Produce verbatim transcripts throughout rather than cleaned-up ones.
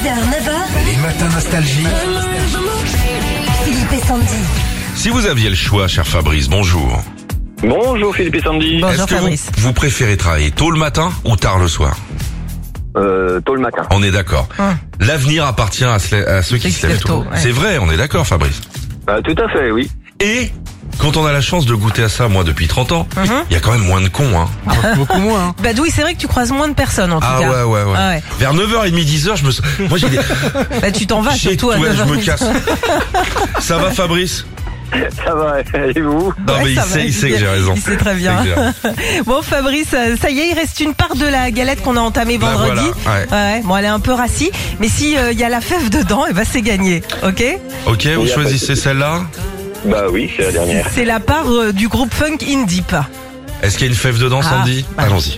heures, neuf heures. Les matins nostalgie. Philippe et Sandy. Si vous aviez le choix, cher Fabrice, bonjour. Bonjour Philippe et Sandy. Bonjour Est-ce que vous, Fabrice. vous préférez travailler tôt le matin ou tard le soir? Euh, tôt le matin. On est d'accord. Hum. L'avenir appartient à, se- à ceux qui se lèvent tôt. ouais. C'est vrai, on est d'accord, Fabrice. Euh, tout à fait, oui. Et quand on a la chance de goûter à ça, moi depuis trente ans, il Mhm. y a quand même moins de cons. Hein. Beaucoup moins. Hein. Bah oui, c'est vrai que tu croises moins de personnes en tout Ah cas. ouais, ouais, ouais. Ah ouais. Vers neuf heures trente, dix heures, je me sens... Moi j'ai des... Bah tu t'en vas J'ai- surtout à ouais, neuf heures. je me casse. Ça va, Fabrice? Ça va, et vous? Non, Ouais, mais il ça sait, va, il sait que j'ai raison. Il sait très bien. Il sait que j'ai raison. Bon Fabrice, euh, ça y est, il reste une part de la galette qu'on a entamée Bah, vendredi. voilà, ouais. Bon, elle est un peu rassie, mais si il y a la fève dedans, et ben c'est gagné, ok? Ok, vous Il y a choisissez celle-là? Bah oui, c'est la dernière. C'est la part euh, du groupe funk In Deep. Est-ce qu'il y a une fève dedans, Ah, Sandy? bah. Allons-y.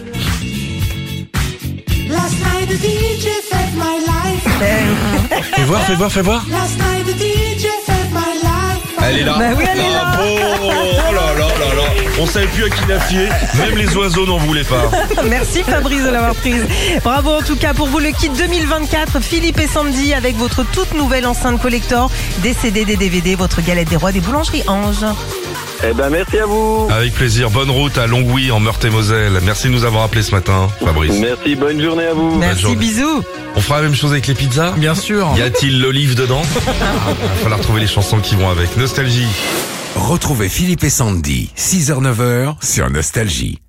Last night the D J saved my life. Fais voir, fais voir, fais voir. Last night the D J saved my life. Elle est là. Bah oui, elle est là. Ah, bon, oh là là là là. On savait plus à qui la fier. Même les oiseaux n'en voulaient pas. Merci Fabrice de l'avoir prise. Bravo en tout cas pour vous le kit deux mille vingt-quatre Philippe et Sandy avec votre toute nouvelle enceinte collector, des C D, des D V D, votre galette des rois des boulangeries Ange. Eh ben merci à vous. Avec plaisir. Bonne route à Longwy en Meurthe-et-Moselle. Merci de nous avoir appelés ce matin, Fabrice. Merci, bonne journée à vous. Merci, journée. bisous. On fera la même chose avec les pizzas? Bien sûr. Y a-t-il l'olive dedans? Il va falloir trouver les chansons qui vont avec. Nostalgie. Retrouvez Philippe et Sandy, six heures neuf heures sur Nostalgie.